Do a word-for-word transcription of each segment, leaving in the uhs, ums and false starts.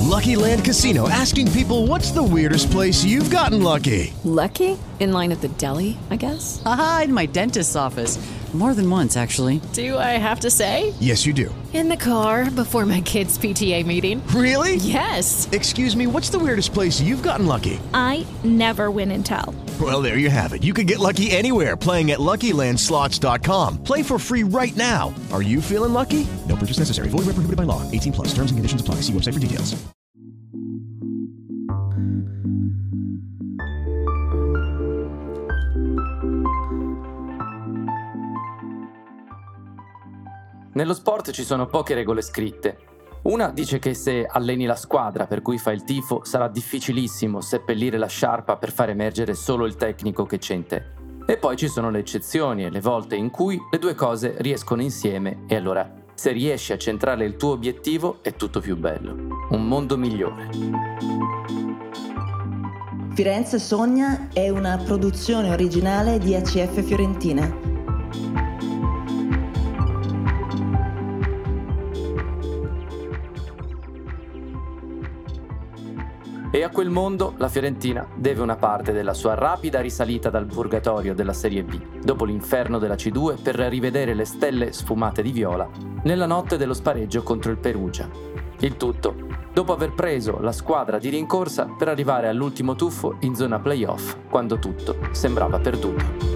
Lucky Land Casino, asking people, what's the weirdest place you've gotten lucky? Lucky? In line at the deli, I guess? Aha, in my dentist's office. More than once, actually. Do I have to say? Yes, you do. In the car before my kids' P T A meeting. Really? Yes. Excuse me, what's the weirdest place you've gotten lucky? I never win and tell. Well, there you have it. You can get lucky anywhere, playing at Lucky Land Slots dot com. Play for free right now. Are you feeling lucky? No purchase necessary. Void where prohibited by law. eighteen plus. Terms and conditions apply. See website for details. Nello sport ci sono poche regole scritte. Una dice che se alleni la squadra per cui fai il tifo sarà difficilissimo seppellire la sciarpa per far emergere solo il tecnico che c'è in te. E poi ci sono le eccezioni e le volte in cui le due cose riescono insieme e allora se riesci a centrare il tuo obiettivo è tutto più bello. Un mondo migliore. Firenze Sogna è una produzione originale di A C F Fiorentina. E a quel mondo la Fiorentina deve una parte della sua rapida risalita dal purgatorio della Serie B, dopo l'inferno della C due, per rivedere le stelle sfumate di viola nella notte dello spareggio contro il Perugia. Il tutto dopo aver preso la squadra di rincorsa per arrivare all'ultimo tuffo in zona playoff, quando tutto sembrava perduto.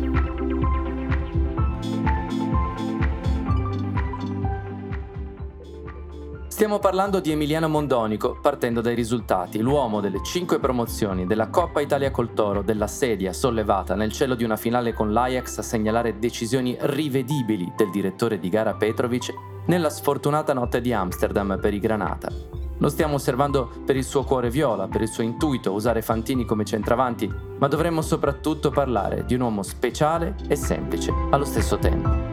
Stiamo parlando di Emiliano Mondonico, partendo dai risultati, l'uomo delle cinque promozioni, della Coppa Italia col Toro, della sedia sollevata nel cielo di una finale con l'Ajax a segnalare decisioni rivedibili del direttore di gara Petrovic nella sfortunata notte di Amsterdam per i Granata. Lo stiamo osservando per il suo cuore viola, per il suo intuito a usare Fantini come centravanti, ma dovremmo soprattutto parlare di un uomo speciale e semplice allo stesso tempo.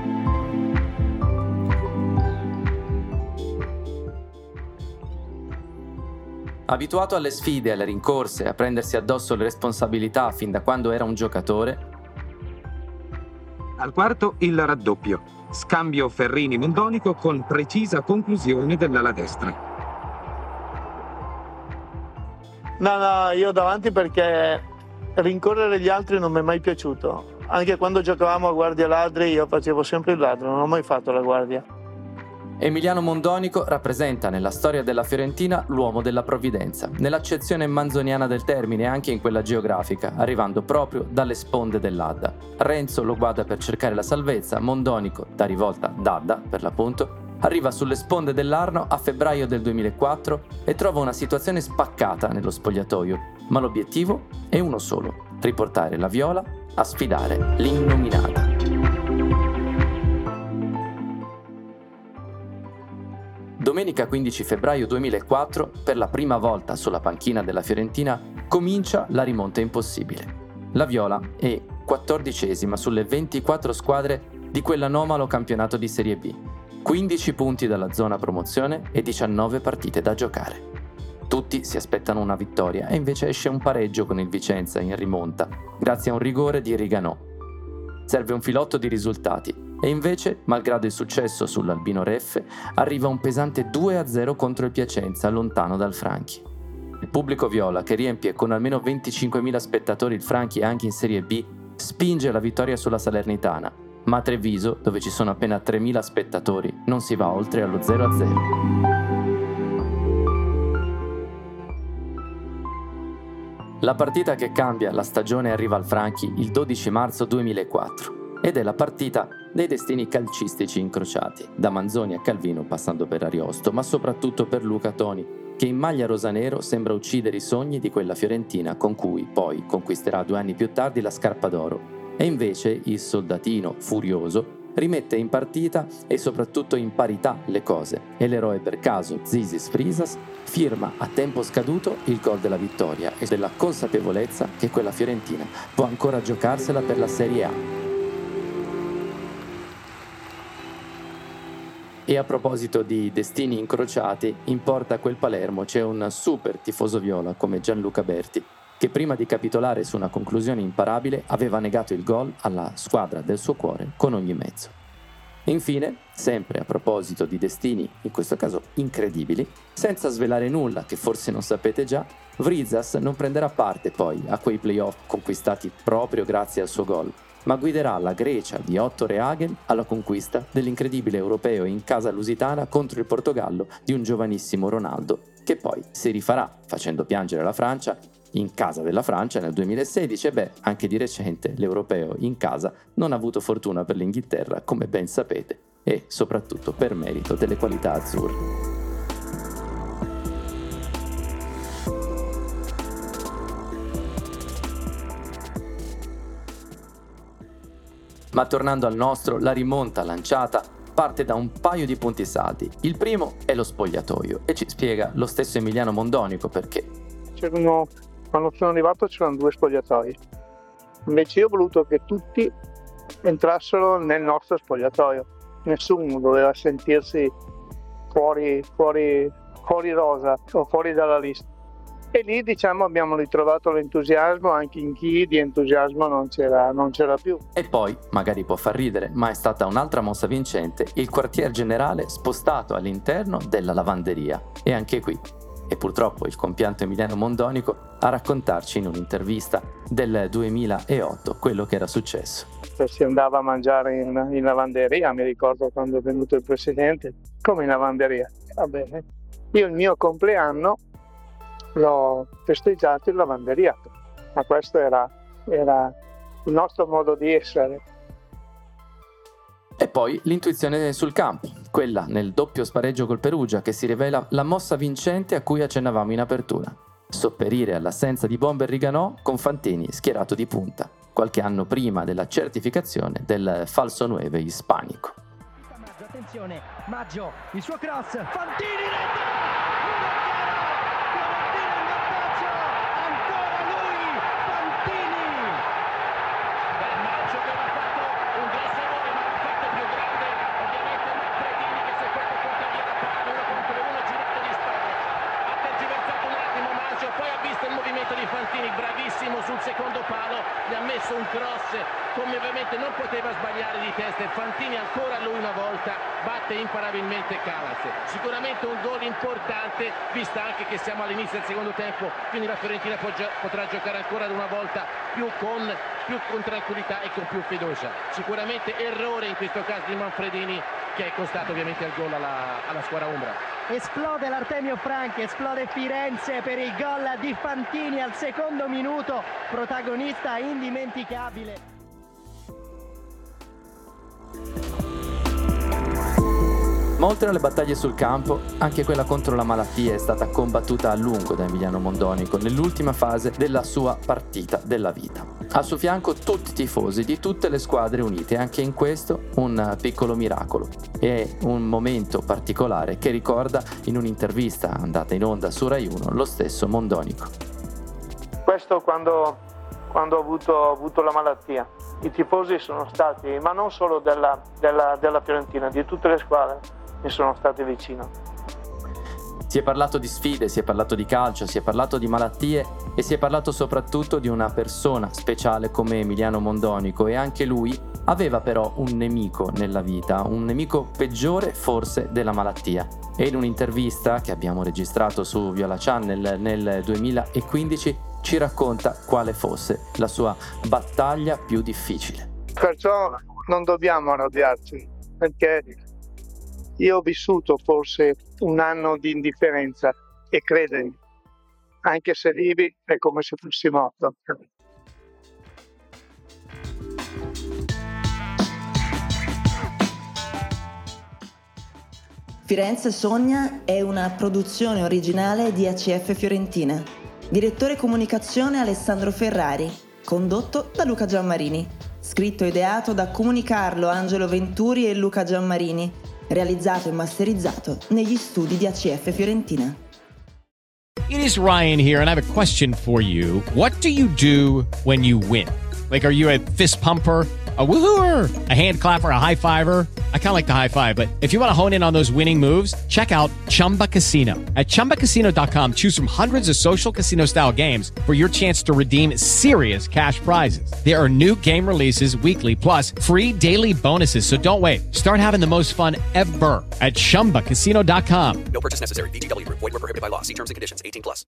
Abituato alle sfide, alle rincorse, a prendersi addosso le responsabilità fin da quando era un giocatore. Al quarto il raddoppio. Scambio Ferrini-Mondonico con precisa conclusione dall'ala destra. No, no, io davanti perché rincorrere gli altri non mi è mai piaciuto. Anche quando giocavamo a guardia ladri io facevo sempre il ladro, non ho mai fatto la guardia. Emiliano Mondonico rappresenta nella storia della Fiorentina l'uomo della provvidenza, nell'accezione manzoniana del termine e anche in quella geografica, arrivando proprio dalle sponde dell'Adda. Renzo lo guarda per cercare la salvezza, Mondonico, da rivolta d'Adda per l'appunto, arriva sulle sponde dell'Arno a febbraio del duemilaquattro e trova una situazione spaccata nello spogliatoio, ma l'obiettivo è uno solo: riportare la Viola a sfidare l'innominata. Domenica quindici febbraio duemilaquattro, per la prima volta sulla panchina della Fiorentina, comincia la rimonta impossibile. La Viola è quattordicesima sulle ventiquattro squadre di quell'anomalo campionato di Serie B, quindici punti dalla zona promozione e diciannove partite da giocare. Tutti si aspettano una vittoria e invece esce un pareggio con il Vicenza in rimonta, grazie a un rigore di Riganò. Serve un filotto di risultati. E invece, malgrado il successo sull'Albino Reffe, arriva un pesante due a zero contro il Piacenza, lontano dal Franchi. Il pubblico viola, che riempie con almeno venticinquemila spettatori il Franchi anche in Serie B, spinge la vittoria sulla Salernitana, ma a Treviso, dove ci sono appena tremila spettatori, non si va oltre allo zero a zero. La partita che cambia la stagione arriva al Franchi il dodici marzo duemilaquattro. Ed è la partita dei destini calcistici incrociati, da Manzoni a Calvino passando per Ariosto, ma soprattutto per Luca Toni, che in maglia rosanero sembra uccidere i sogni di quella Fiorentina con cui poi conquisterà due anni più tardi la Scarpa d'Oro. E invece il soldatino furioso rimette in partita e soprattutto in parità le cose e l'eroe per caso, Zisis Frisas, firma a tempo scaduto il gol della vittoria e della consapevolezza che quella Fiorentina può ancora giocarsela per la Serie A. E a proposito di destini incrociati, in porta a quel Palermo c'è un super tifoso viola come Gianluca Berti, che prima di capitolare su una conclusione imparabile aveva negato il gol alla squadra del suo cuore con ogni mezzo. E infine, sempre a proposito di destini, in questo caso incredibili, senza svelare nulla che forse non sapete già, Vrizas non prenderà parte poi a quei playoff conquistati proprio grazie al suo gol, ma guiderà la Grecia di Otto Rehagen alla conquista dell'incredibile europeo in casa lusitana contro il Portogallo di un giovanissimo Ronaldo, che poi si rifarà facendo piangere la Francia in casa della Francia nel duemilasedici e beh, anche di recente l'europeo in casa non ha avuto fortuna per l'Inghilterra, come ben sapete, e soprattutto per merito delle qualità azzurre. Ma tornando al nostro, la rimonta lanciata parte da un paio di punti saldi. Il primo è lo spogliatoio e ci spiega lo stesso Emiliano Mondonico perché. C'erano, quando sono arrivato c'erano due spogliatoi, invece io ho voluto che tutti entrassero nel nostro spogliatoio, nessuno doveva sentirsi fuori, fuori, fuori rosa o fuori dalla lista. E lì diciamo abbiamo ritrovato l'entusiasmo anche in chi di entusiasmo non c'era, non c'era più. E poi, magari può far ridere, ma è stata un'altra mossa vincente, il quartier generale spostato all'interno della lavanderia. E anche qui, e purtroppo il compianto Emiliano Mondonico a raccontarci in un'intervista del duemilaotto quello che era successo. Si andava a mangiare in, in lavanderia, mi ricordo quando è venuto il presidente, come in lavanderia. Va bene. Io il mio compleanno l'ho festeggiato in lavanderia, ma questo era, era il nostro modo di essere. E poi l'intuizione sul campo, quella nel doppio spareggio col Perugia che si rivela la mossa vincente a cui accennavamo in apertura. Sopperire all'assenza di Bomber Riganò con Fantini schierato di punta, qualche anno prima della certificazione del falso nueve ispanico. Attenzione, Maggio, il suo cross, Fantini rete! Fantini bravissimo sul secondo palo, gli ha messo un cross come ovviamente non poteva sbagliare di testa e Fantini ancora lui una volta batte imparabilmente Calas. Sicuramente un gol importante vista anche che siamo all'inizio del secondo tempo, quindi la Fiorentina potrà giocare ancora una volta più con, più con tranquillità e con più fiducia. Sicuramente errore in questo caso di Manfredini che è costato ovviamente il gol alla, alla squadra umbra. Esplode l'Artemio Franchi, esplode Firenze per il gol di Fantini al secondo minuto, protagonista indimenticabile. Ma oltre alle battaglie sul campo, anche quella contro la malattia è stata combattuta a lungo da Emiliano Mondonico nell'ultima fase della sua partita della vita. Al suo fianco tutti i tifosi di tutte le squadre unite, anche in questo un piccolo miracolo. È un momento particolare che ricorda in un'intervista andata in onda su Rai uno lo stesso Mondonico. Questo quando, quando ho, avuto, ho avuto la malattia. I tifosi sono stati, ma non solo della, della, della Fiorentina, di tutte le squadre, mi sono stati vicino. Si è parlato di sfide, si è parlato di calcio, si è parlato di malattie e si è parlato soprattutto di una persona speciale come Emiliano Mondonico e anche lui aveva però un nemico nella vita, un nemico peggiore forse della malattia. E in un'intervista che abbiamo registrato su Viola Channel nel duemilaquindici ci racconta quale fosse la sua battaglia più difficile. Perciò non dobbiamo arrabbiarci, perché io ho vissuto forse un anno di indifferenza e credimi, anche se vivi è come se fossi morto. Firenze Sogna è una produzione originale di A C F Fiorentina. Direttore comunicazione Alessandro Ferrari, condotto da Luca Giammarini. Scritto e ideato da Comunicarlo, Angelo Venturi e Luca Giammarini. Realizzato e masterizzato negli studi di A C F Fiorentina. It is Ryan here and I have a question for you. What do you do when you win? Like, are you a fist pumper, a woohooer, a hand clapper, a high fiver? I kind of like the high five, but if you want to hone in on those winning moves, check out Chumba Casino. At chumba casino dot com, choose from hundreds of social casino style games for your chance to redeem serious cash prizes. There are new game releases weekly, plus free daily bonuses. So don't wait. Start having the most fun ever at chumba casino dot com. No purchase necessary. V G W Group. Void where prohibited by law. See terms and conditions. eighteen plus.